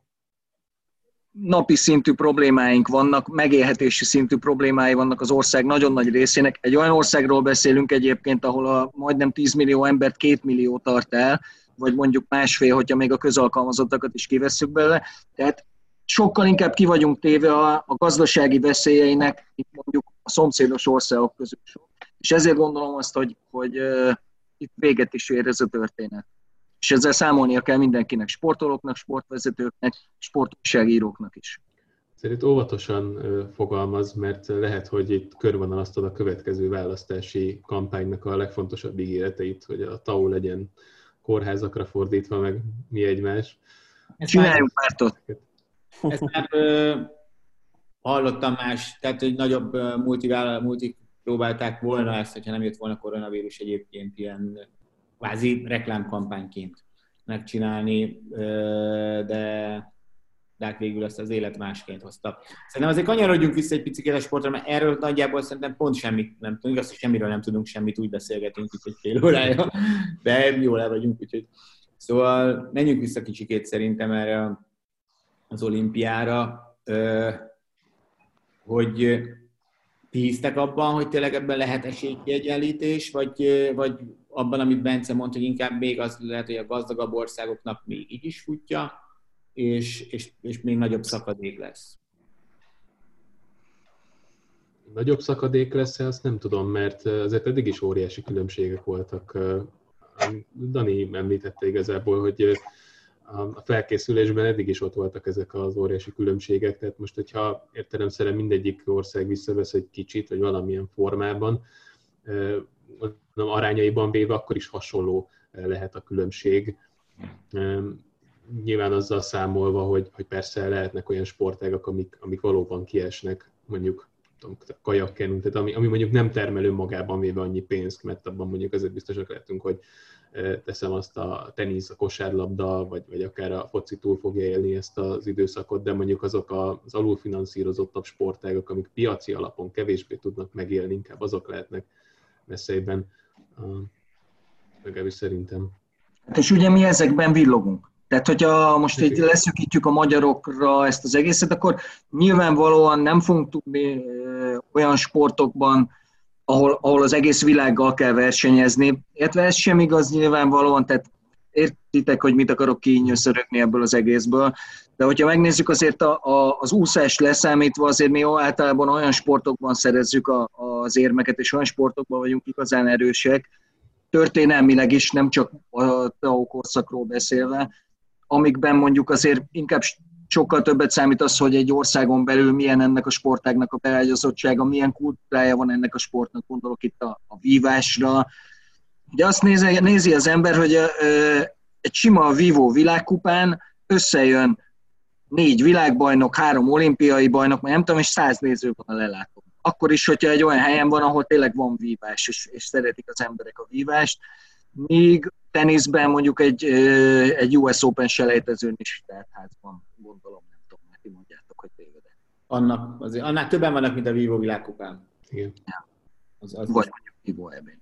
napi szintű problémáink vannak, megélhetési szintű problémái vannak az ország nagyon nagy részének. Egy olyan országról beszélünk egyébként, ahol a majdnem 10 millió embert 2 millió tart el, vagy mondjuk 1,5, hogyha még a közalkalmazottakat is kivesszük belőle. Tehát sokkal inkább ki vagyunk téve a gazdasági veszélyeinek, mint mondjuk a szomszédos országok közül. És ezért gondolom azt, hogy itt véget is ér ez a történet. És ezzel számolnia kell mindenkinek, sportolóknak, sportvezetőknek, sportújságíróknak is. Szerint óvatosan fogalmaz, mert lehet, hogy itt körvonalaztad a következő választási kampánynak a legfontosabb ígéreteit, hogy a TAO legyen kórházakra fordítva, meg mi egymás. Csináljunk pártot! Ezt már hallottam más, tehát hogy nagyobb multik próbálták volna ezt, hogyha nem jött volna koronavírus egyébként ilyen kvázi reklámkampányként megcsinálni, de hát végül ezt az élet másként hozta. Szerintem azért kanyarodjunk vissza egy picit a sportra, mert erről nagyjából szerintem pont semmit nem tudunk, igaz, hogy semmiről nem tudunk semmit, úgy beszélgetünk itt egy fél órája, de jól el vagyunk, úgyhogy. Szóval menjünk vissza kicsikét szerintem erre az olimpiára, hogy ti hisztek abban, hogy tényleg ebben lehet esélykiegyenlítés, vagy abban, amit Bence mondta, hogy inkább még az lehet, hogy a gazdagabb országoknak még így is futja, és még nagyobb szakadék lesz. nagyobb szakadék lesz-e, azt nem tudom, mert azért eddig is óriási különbségek voltak. Dani említette igazából, hogy a felkészülésben eddig is ott voltak ezek az óriási különbségek, tehát most, hogyha értelemszerűen mindegyik ország visszavesz egy kicsit, vagy valamilyen formában, arányaiban véve, akkor is hasonló lehet a különbség. Nyilván azzal számolva, hogy persze lehetnek olyan sportágak, amik valóban kiesnek, mondjuk kajakkenu, tehát ami mondjuk nem termel önmagában véve annyi pénzt, mert abban mondjuk azért biztosak lehetünk, hogy teszem azt a tenisz, a kosárlabda, vagy akár a foci túl fogja élni ezt az időszakot, de mondjuk azok az alulfinanszírozottabb sportágak, amik piaci alapon kevésbé tudnak megélni, inkább azok lehetnek veszélyben, legalábbis szerintem. És ugye mi ezekben villogunk. Tehát, hogyha most így leszűkítjük a magyarokra ezt az egészet, akkor nyilvánvalóan nem fogunk tudni olyan sportokban, ahol az egész világgal kell versenyezni. Illetve ez sem igaz nyilvánvalóan, tehát értitek, hogy mit akarok kinyöszörögni ebből az egészből. De hogyha megnézzük azért az úszást leszámítva, azért mi általában olyan sportokban szerezzük az érmeket, és olyan sportokban vagyunk igazán erősek, történelmileg is, nem csak a Tao korszakról beszélve, amikben mondjuk azért inkább sokkal többet számít az, hogy egy országon belül milyen ennek a sportágnak a beágyazottsága, milyen kultúrája van ennek a sportnak, gondolok itt a vívásra. Ugye azt nézi az ember, hogy egy sima vívó világkupán összejön 4 világbajnok, 3 olimpiai bajnok, mert nem tudom, és 100 néző van a lelátón. Akkor is, hogyha egy olyan helyen van, ahol tényleg van vívás, és szeretik az emberek a vívást, míg teniszben mondjuk egy US Open selejtezőn is teltházban, gondolom, nem tudom, mert ti mondjátok, hogy tévedek. Annál többen vannak, mint a vívó világkupán. Igen. Ja. Vagy mondjuk vívó ebben.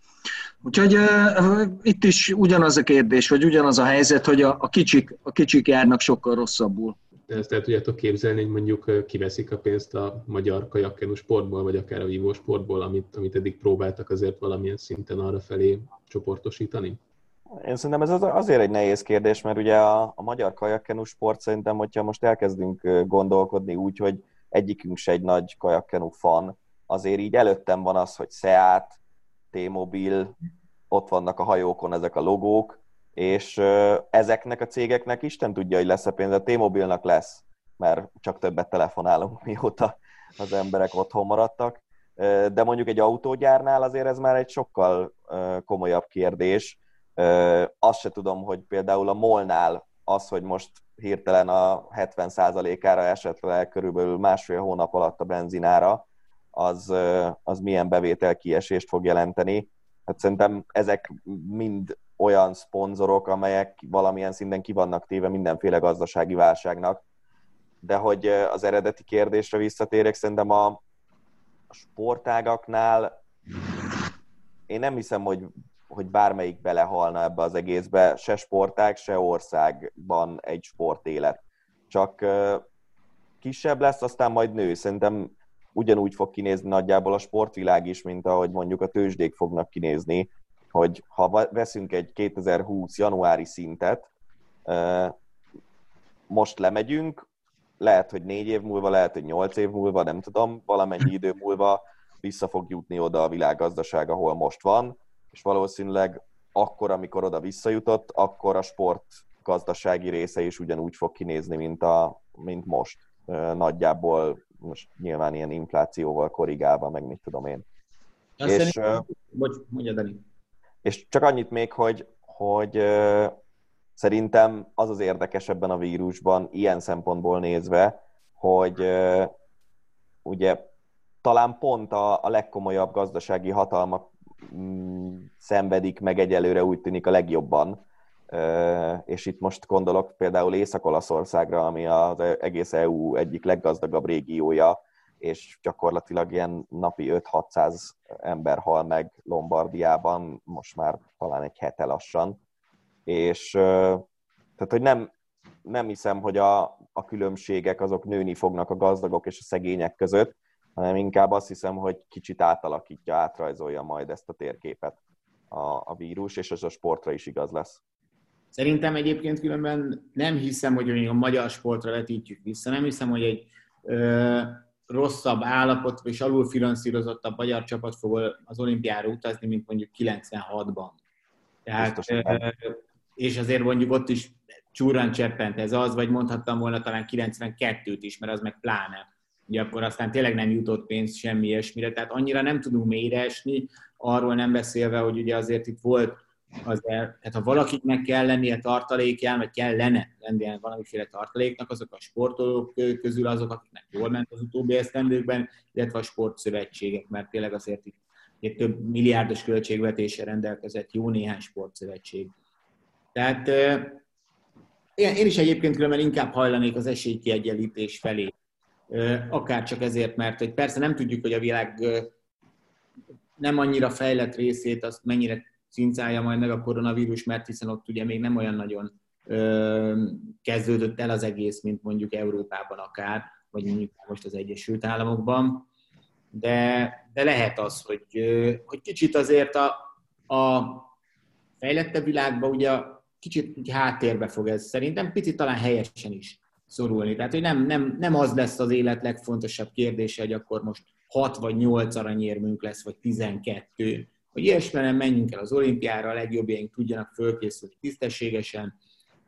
Úgyhogy itt is ugyanaz a kérdés, vagy ugyanaz a helyzet, hogy a kicsik járnak sokkal rosszabbul. De ezt el tudjátok képzelni, hogy mondjuk kiveszik a pénzt a magyar kajakkenu sportból, vagy akár a vívó sportból, amit eddig próbáltak azért valamilyen szinten arra felé csoportosítani? Én szerintem ez azért egy nehéz kérdés, mert ugye a magyar kajakkenu sport szerintem, hogyha most elkezdünk gondolkodni úgy, hogy egyikünk se egy nagy kajakkenu fan, azért így előttem van az, hogy Seat, T-Mobil, ott vannak a hajókon ezek a logók, és ezeknek a cégeknek Isten tudja, hogy lesz a pénz, a T-Mobilnak lesz, mert csak többet telefonálunk, mióta az emberek otthon maradtak, de mondjuk egy autógyárnál azért ez már egy sokkal komolyabb kérdés. Azt se tudom, hogy például a MOL-nál az, hogy most hirtelen a 70%-ára esett le körülbelül 1,5 hónap alatt a benzinára, az milyen bevételkiesést fog jelenteni. Hát szerintem ezek mind olyan szponzorok, amelyek valamilyen szinten ki vannak téve mindenféle gazdasági válságnak. De hogy az eredeti kérdésre visszatérek, szerintem a sportágaknál én nem hiszem, hogy bármelyik belehalna ebbe az egészbe, se sportág, se országban egy sportélet. Csak kisebb lesz, aztán majd nő. Szerintem ugyanúgy fog kinézni nagyjából a sportvilág is, mint ahogy mondjuk a tőzsdék fognak kinézni, hogy ha veszünk egy 2020 januári szintet, most lemegyünk, lehet, hogy 4 év múlva, lehet, hogy 8 év múlva, nem tudom, valamennyi idő múlva vissza fog jutni oda a világgazdaság, ahol most van, és valószínűleg akkor, amikor oda visszajutott, akkor a sport gazdasági része is ugyanúgy fog kinézni, mint most. Nagyjából most nyilván ilyen inflációval korrigálva, meg mit tudom én. Mondja, Dani. És csak annyit még, hogy szerintem az az érdekes ebben a vírusban, ilyen szempontból nézve, hogy ugye talán pont a legkomolyabb gazdasági hatalmak szenvedik meg egyelőre, úgy tűnik, a legjobban. És itt most gondolok például Észak-Olaszországra, ami az egész EU egyik leggazdagabb régiója, és gyakorlatilag ilyen napi 5-600 ember hal meg Lombardiában, most már talán egy hete lassan. És tehát, hogy nem hiszem, hogy a különbségek azok nőni fognak a gazdagok és a szegények között, hanem inkább azt hiszem, hogy kicsit átrajzolja majd ezt a térképet a vírus, és ez a sportra is igaz lesz. Szerintem egyébként különben nem hiszem, hogy a magyar sportra vetítjük vissza. Nem hiszem, hogy rosszabb állapot és alulfinanszírozottabb magyar csapat fog az olimpiára utazni, mint mondjuk 96-ban. Tehát, és azért mondjuk ott is csúrran cseppent ez az, vagy mondhattam volna talán 92-t is, mert az meg pláne. Ugye akkor aztán tényleg nem jutott pénz semmi ilyesmire, tehát annyira nem tudunk mélyre esni, arról nem beszélve, hogy ugye azért itt volt, tehát ha valakinek kell lennie tartalékján, vagy kellene lennie valamiféle tartaléknak, azok a sportolók közül azok, akiknek jól ment az utóbbi esztendőkben, illetve a sportszövetségek, mert tényleg azért itt több milliárdos költségvetéssel rendelkezett jó néhány sportszövetség. Tehát én is egyébként különben inkább hajlanék az esélykiegyenlítés felé. Akár csak ezért, mert hogy persze nem tudjuk, hogy a világ nem annyira fejlett részét, azt mennyire cincálja majd meg a koronavírus, mert hiszen ott ugye még nem olyan nagyon kezdődött el az egész, mint mondjuk Európában akár, vagy mondjuk most az Egyesült Államokban. De lehet az, hogy kicsit azért a fejlettebb világban ugye kicsit háttérbe fog ez szerintem, picit talán helyesen is szorulni. Tehát, hogy nem az lesz az élet legfontosabb kérdése, hogy akkor most 6 vagy 8 aranyérmünk lesz, vagy 12. Hogy ilyesmilyen menjünk el az olimpiára, a legjobbjaink tudjanak fölkészülni tisztességesen,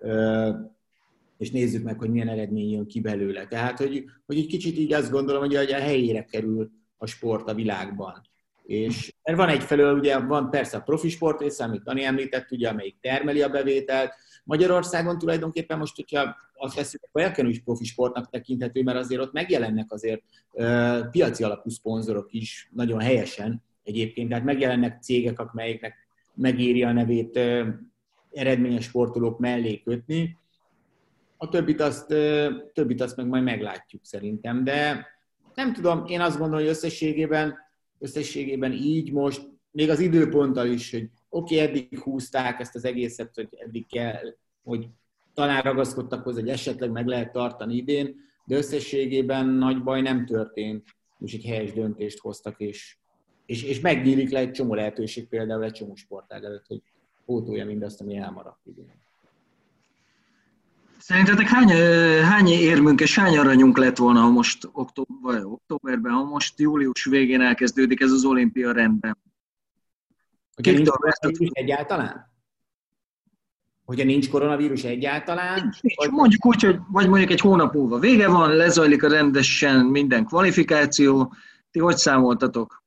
és nézzük meg, hogy milyen eredmény jön ki belőle. Tehát, hogy egy kicsit így azt gondolom, hogy a helyére kerül a sport a világban. És van egyfelől, ugye van persze a profi sport része, amit Dani említett, ugye, amelyik termeli a bevételt. Magyarországon tulajdonképpen most, hogyha azt veszük, akkor elkenül is profi sportnak tekinthető, mert azért ott megjelennek azért piaci alapú szponzorok is nagyon helyesen egyébként. Tehát megjelennek cégek, amelyeknek megéri a nevét eredményes sportolók mellé kötni. A többit azt meg majd meglátjuk szerintem, de nem tudom, én azt gondolom, hogy összességében így most, még az időponttal is, hogy oké, eddig húzták ezt az egészet, hogy eddig kell, hogy talán ragaszkodtak hozzá, hogy esetleg meg lehet tartani idén, de összességében nagy baj nem történt, és egy helyes döntést hoztak, és megnyílik le egy csomó lehetőség, például egy csomó sportág előtt, hogy pótolja mindazt, ami elmaradt idén. Szerintetek hány érmünk és hány aranyunk lett volna, ha most októberben, ha most július végén elkezdődik ez az olimpia rendben? Hogyha nincs koronavírus egyáltalán? Hogyha nincs koronavírus egyáltalán? Nincs. Mondjuk úgy, hogy vagy mondjuk egy hónap múlva vége van, lezajlik a rendesen minden kvalifikáció. Ti hogy számoltatok?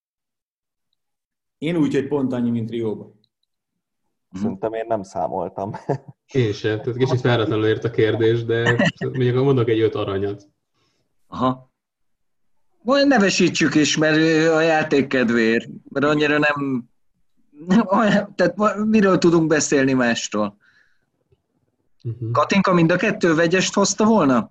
Én úgy, hogy pont annyi, mint Rióban. Szerintem én nem számoltam. Én sem, tehát kicsit váratlanul ért a kérdés, de mondok egy 5 aranyat. Aha. Majd nevesítsük is, mert a játék kedvéért, mert annyira nem tehát miről tudunk beszélni mástól? Katinka mind a 2 vegyest hozta volna?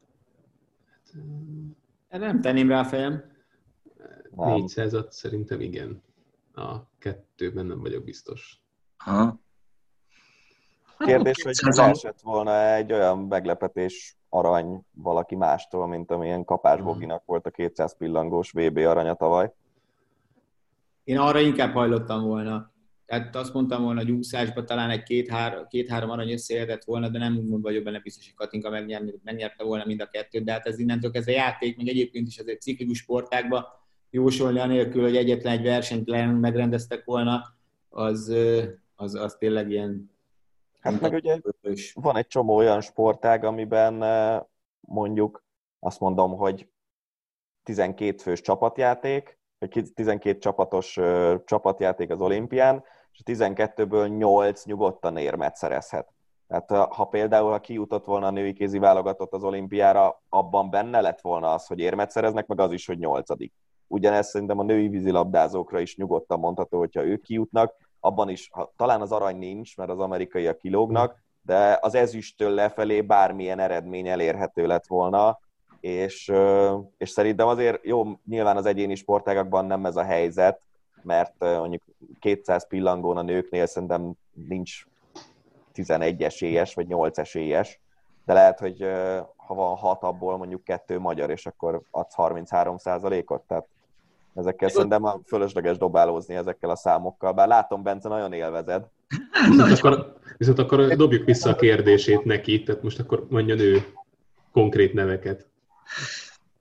Nem tenném rá a fejem. 400-at szerintem igen. A 2-ben nem vagyok biztos. Aha. Kérdés, hogy leesett volna egy olyan meglepetés arany valaki mástól, mint amilyen Kapás Boginak volt a 200 pillangós VB aranya tavaly. Én arra inkább hajlottam volna. Tehát azt mondtam volna, hogy úszásban talán egy két-három arany összejöhetett volna, de nem vagyok benne biztos, hogy Katinka megnyerte volna mind a 2, de hát ez innentől kezdve játék, még egyébként is azért ciklikus sportákban jósolni anélkül, hogy egyetlen egy versenyt megrendeztek volna, az tényleg ilyen... Hát meg ugye van egy csomó olyan sportág, amiben mondjuk azt mondom, hogy 12 fős csapatjáték, vagy 12 csapatos csapatjáték az olimpián, és a 12-ből 8 nyugodtan érmet szerezhet. Tehát ha például kijutott volna a női kézi válogatott az olimpiára, abban benne lett volna az, hogy érmet szereznek, meg az is, hogy 8. Ugyanezt szerintem a női vízilabdázókra is nyugodtan mondható, hogyha ők kijutnak, abban is, talán az arany nincs, mert az amerikaiak kilógnak, de az ezüsttől lefelé bármilyen eredmény elérhető lett volna, és szerintem azért jó, nyilván az egyéni sportágakban nem ez a helyzet, mert mondjuk 200 pillangón a nőknél szerintem nincs 11 esélyes, vagy 8 esélyes, de lehet, hogy ha van 6, abból mondjuk 2 magyar, és akkor adsz 33%-ot, tehát ezekkel szerintem fölösleges dobálózni ezekkel a számokkal, bár látom, Bence, nagyon élvezed. Viszont akkor dobjuk vissza a kérdését neki, tehát most akkor mondjon ő konkrét neveket.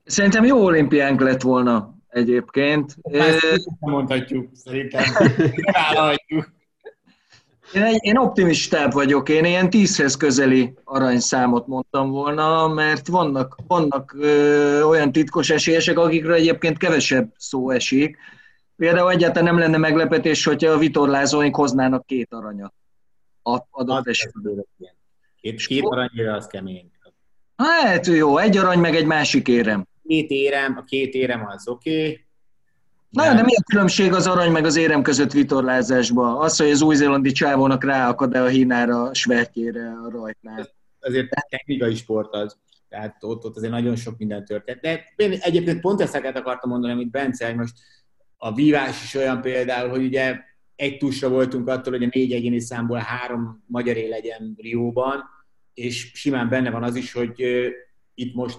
Szerintem jó olimpiánk lett volna egyébként. Ezt mondhatjuk, szerintem. Vállalhatjuk. Én optimistább vagyok, én ilyen 10-hez közeli aranyszámot mondtam volna, mert vannak olyan titkos esélyesek, akikről egyébként kevesebb szó esik. Például egyáltalán nem lenne meglepetés, hogyha a vitorlázóink hoznának 2 aranyat adott esetben. Két aranyére az kemény. Hát jó, 1 arany meg egy másik érem. 2 érem, a 2 érem az oké. Na, de mi a különbség az arany meg az érem között vitorlázásban? Az, hogy az új-zélandi csávónak ráakad-e a hínára, a svertjére, a rajtnál. Azért technikai sport az. Tehát ott azért nagyon sok minden történt. De én egyébként pont ezt akartam mondani, amit Bence, hogy most a vívás is olyan például, hogy ugye egy tusra voltunk attól, hogy a 4 egyéni számból 3 magyaré legyen Rióban, és simán benne van az is, hogy itt most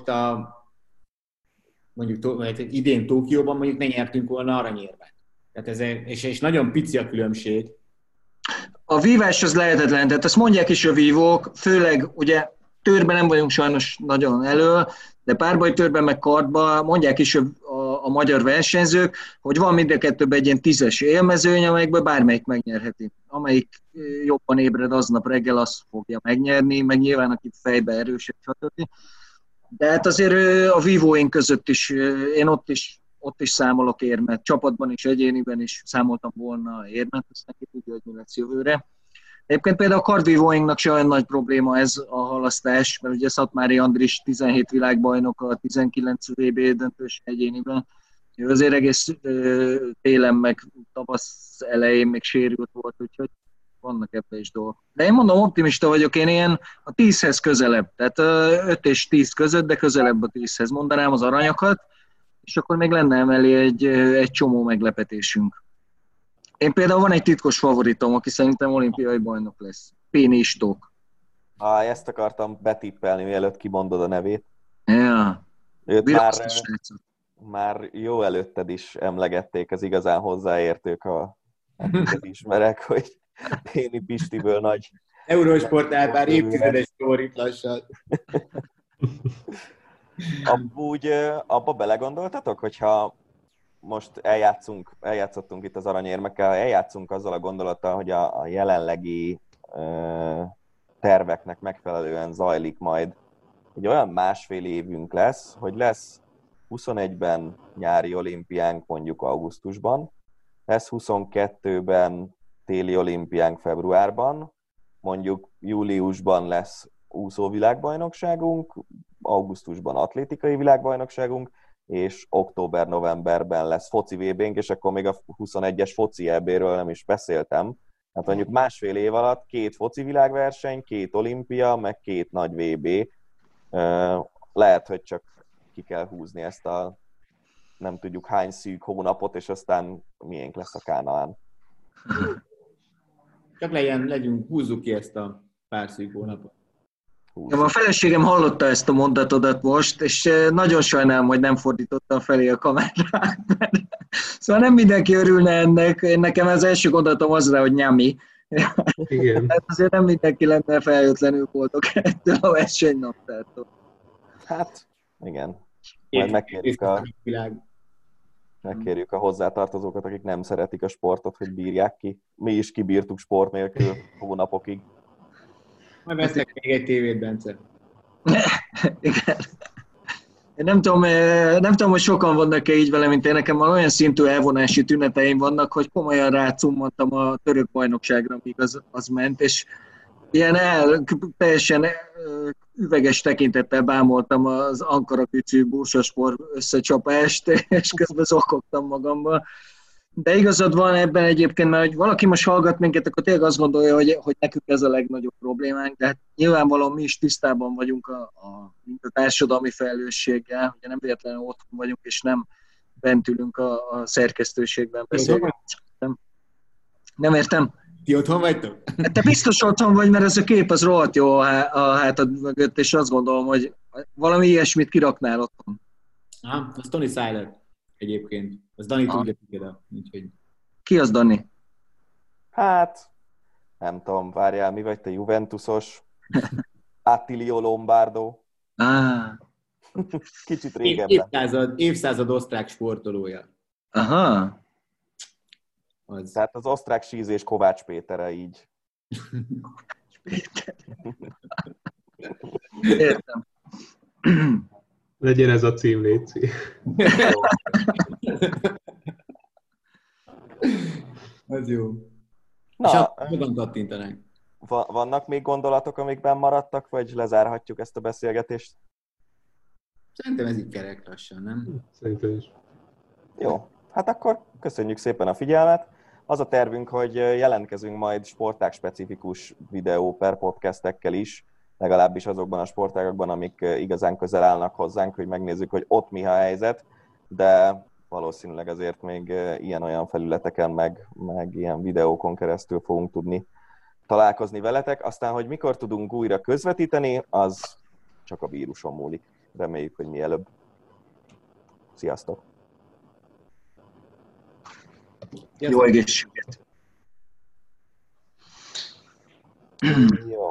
mondjuk idén Tokióban mondjuk ne nyertünk volna aranyérmet. Tehát és nagyon pici a különbség. A vívás az lehetetlen, tehát azt mondják is a vívók, főleg ugye törben nem vagyunk sajnos nagyon elől, de párbajtörben meg kardban mondják is a magyar versenyzők, hogy van mind a kettőben egy ilyen 10-es élmezőny, amelyikből bármelyik megnyerheti. Amelyik jobban ébred aznap reggel, azt fogja megnyerni, meg nyilván aki fejbe erősebb, stb. De hát azért a vívóink között is, én ott is számolok érmet. Csapatban is, egyéniben is számoltam volna érmet, aztán ki tudja, hogy mi lesz jövőre. Egyébként például a kardvívóinknak se olyan nagy probléma ez a halasztás, mert ugye Szatmári Andris 17 világbajnok, a 19 VB döntős egyéniben. Ő azért egész télen meg tavasz elején még sérült volt, úgyhogy vannak ebben is dolgok. De én mondom, optimista vagyok, én ilyen a 10-hez közelebb, tehát 5 és 10 között, de közelebb a 10-hez mondanám az aranyakat, és akkor még lenne emellé egy csomó meglepetésünk. Én például van egy titkos favoritom, aki szerintem olimpiai bajnok lesz. Péni Istók. Ezt akartam betippelni, mielőtt kimondod a nevét. Ja. Őt már jó előtted is emlegették, az igazán hozzáértők, akiket ismerek, hogy Péni Pistiből nagy... Eurosportál bár évtizedes sztorit lassan. Amúgy abba belegondoltatok, hogyha most eljátszottunk itt az aranyérmekkel, eljátszunk azzal a gondolattal, hogy a jelenlegi terveknek megfelelően zajlik majd, hogy olyan 1,5 évünk lesz, hogy lesz 21-ben nyári olimpiánk mondjuk augusztusban, lesz 22-ben téli olimpiánk februárban, mondjuk júliusban lesz úszóvilágbajnokságunk, augusztusban atlétikai világbajnokságunk, és október-novemberben lesz foci VB-nk, és akkor még a 21-es foci EB-ről nem is beszéltem. Hát mondjuk 1,5 év alatt 2 foci világverseny, 2 olimpia, meg 2 nagy VB. Lehet, hogy csak ki kell húzni ezt a nem tudjuk hány szűk hónapot, és aztán miénk lesz a Kánaán. Csak húzzuk ki ezt a pár szűk hónapot. A feleségem hallotta ezt a mondatodat most, és nagyon sajnálom, hogy nem fordítottam felé a kamerát. Szóval nem mindenki örülne ennek. Nekem az első gondolatom az rá, hogy nyami. Igen. Hát azért nem mindenki lenne feljöttlenül boldog ettől a versenynaptártól. Hát, igen. Majd megkérjük a hozzátartozókat, akik nem szeretik a sportot, hogy bírják ki. Mi is kibírtuk sport nélkül hónapokig. Majd veszek még egy tévét, Bence. Igen. Én nem tudom, hogy sokan vannak-e így vele, mint én. Nekem már olyan szintű elvonási tüneteim vannak, hogy komolyan rácummantam a török bajnokságra, amíg az ment, és ilyen teljesen üveges tekintettel bámoltam az Ankara Kücű Bursaspor összecsapást, és közben zokogtam magamba. De igazad van ebben egyébként, mert hogy valaki most hallgat minket, akkor tényleg azt gondolja, hogy nekünk ez a legnagyobb problémánk, de hát nyilvánvalóan mi is tisztában vagyunk a társadalmi felelősséggel, ugye nem véletlenül otthon vagyunk, és nem bent ülünk a szerkesztőségben beszélgetünk. Nem értem? Ti otthon vagytok? Hát te biztos otthon vagy, mert ez a kép az rohadt jó a hátad mögött, és azt gondolom, hogy valami ilyesmit kiraknál otthon. Aha, az Tony Seiler egyébként. Az Dani tudja például. Ki az Dani? Hát, nem tudom, várjál, mi vagy te Juventusos? Attilio Lombardo. Kicsit régebben. Évszázad osztrák sportolója. Aha. Az. Tehát az osztrák sízés Kovács Péterre így. Értem. Legyen ez a cím, léci. Az jó. Na, és hogyan kattintanánk? Vannak még gondolatok, amikben maradtak, vagy lezárhatjuk ezt a beszélgetést? Szerintem ez így kerek lassan, nem? Szerintem is. Jó, hát akkor köszönjük szépen a figyelmet. Az a tervünk, hogy jelentkezünk majd sportág specifikus videó per podcastekkel is, legalábbis azokban a sportágakban, amik igazán közel állnak hozzánk, hogy megnézzük, hogy ott mi a helyzet, de valószínűleg azért még ilyen-olyan felületeken, meg ilyen videókon keresztül fogunk tudni találkozni veletek. Aztán, hogy mikor tudunk újra közvetíteni, az csak a víruson múlik. Reméljük, hogy mielőbb. Sziasztok! Jó egészséget! Jó.